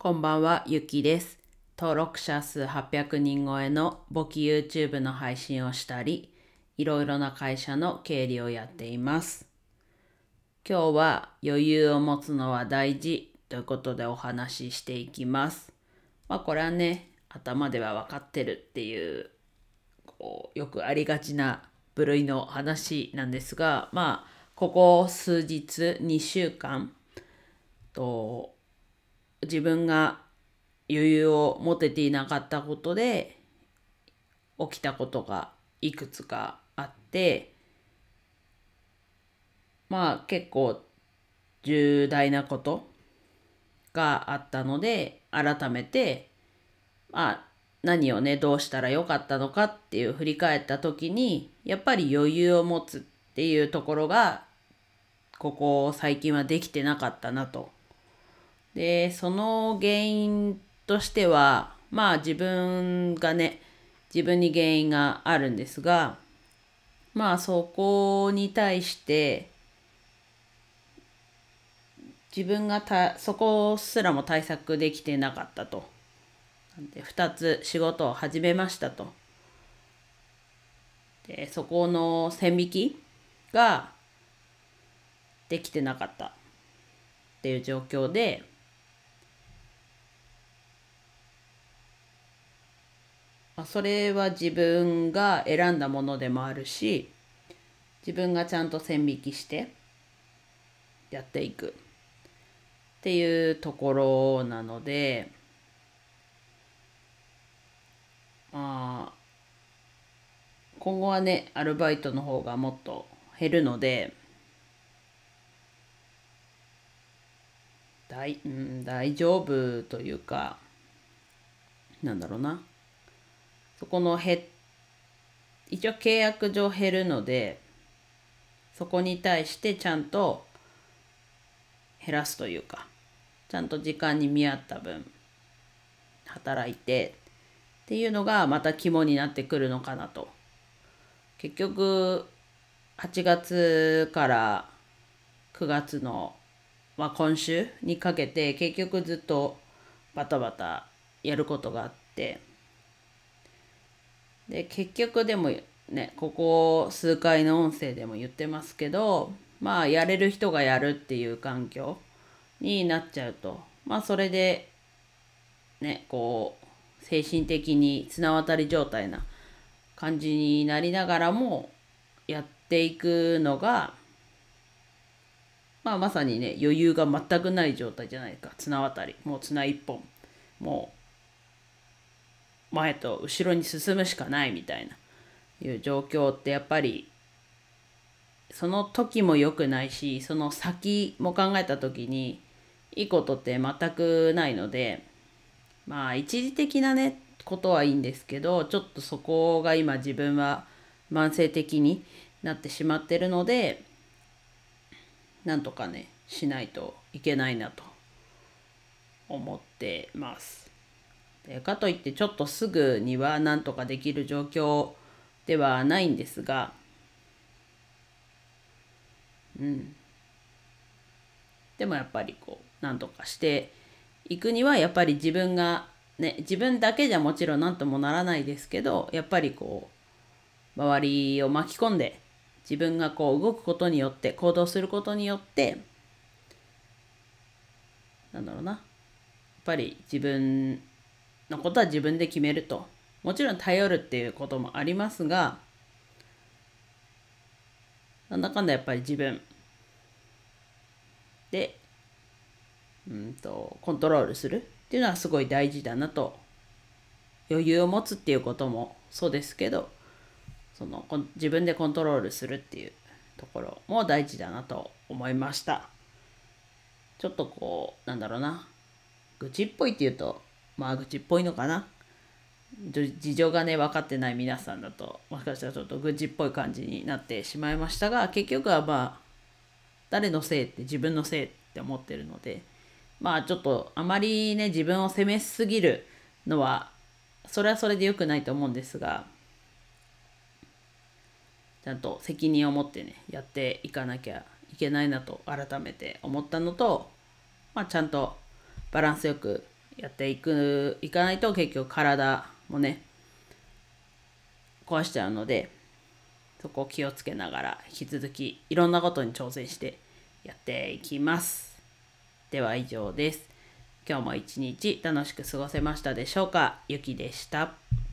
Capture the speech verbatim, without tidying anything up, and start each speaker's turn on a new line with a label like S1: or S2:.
S1: こんばんは、ゆきです。登録者数はっぴゃくにん超えの簿記 YouTube の配信をしたり、いろいろな会社の経理をやっています。今日は余裕を持つのは大事ということでお話ししていきます。まあこれはね、頭では分かってるっていう、こうよくありがちな部類の話なんですが、まあここ数日、にしゅうかんと自分が余裕を持てていなかったことで起きたことがいくつかあって、まあ結構重大なことがあったので、改めてまあ何をねどうしたらよかったのかっていう振り返った時に、やっぱり余裕を持つっていうところがここ最近はできてなかったなと。でその原因としては、まあ自分がね自分に原因があるんですが、まあそこに対して自分がたそこすらも対策できてなかったと。でふたつ仕事を始めましたと。でそこの線引きができてなかったっていう状況で、それは自分が選んだものでもあるし、自分がちゃんと線引きしてやっていくっていうところなので、まあ今後はねアルバイトの方がもっと減るので、大、うん、大丈夫というか、なんだろうな、そこのへ一応契約上減るので、そこに対してちゃんと減らすというか、ちゃんと時間に見合った分働いてっていうのがまた肝になってくるのかなと。結局はちがつからくがつの、まあ、今週にかけて結局ずっとバタバタやることがあって、で結局でもねここ数回の音声でも言ってますけど、まあやれる人がやるっていう環境になっちゃうと、まあそれでねこう精神的に綱渡り状態な感じになりながらもやっていくのが、まあまさにね余裕が全くない状態じゃないか。綱渡り、もう綱一本、もう前と後ろに進むしかないみたいないう状況って、やっぱりその時も良くないし、その先も考えた時にいいことって全くないので、まあ一時的なねことはいいんですけど、ちょっとそこが今自分は慢性的になってしまってるので、なんとかねしないといけないなと思ってます。でかといってちょっとすぐにはなんとかできる状況ではないんですが、うん、でもやっぱりこうなんとかしていくには、やっぱり自分がね自分だけじゃもちろんなんともならないですけど、やっぱりこう周りを巻き込んで自分がこう動くことによって、行動することによって、なんだろうな、やっぱり自分のことは自分で決めると。もちろん頼るっていうこともありますが、なんだかんだやっぱり自分でうんとコントロールするっていうのはすごい大事だなと。余裕を持つっていうこともそうですけど、その自分でコントロールするっていうところも大事だなと思いました。ちょっとこうなんだろうな、愚痴っぽいっていうとまあ愚痴っぽいのかな。事情がね分かってない皆さんだと、もしかしたらちょっと愚痴っぽい感じになってしまいましたが、結局はまあ誰のせいって自分のせいって思ってるので、まあちょっとあまりね自分を責めすぎるのはそれはそれで良くないと思うんですが、ちゃんと責任を持ってねやっていかなきゃいけないなと改めて思ったのと、まあ、ちゃんとバランスよくやっていくいかないと結局体もね壊しちゃうので、そこを気をつけながら引き続きいろんなことに挑戦してやっていきます。では以上です。今日も一日楽しく過ごせましたでしょうか。ゆきでした。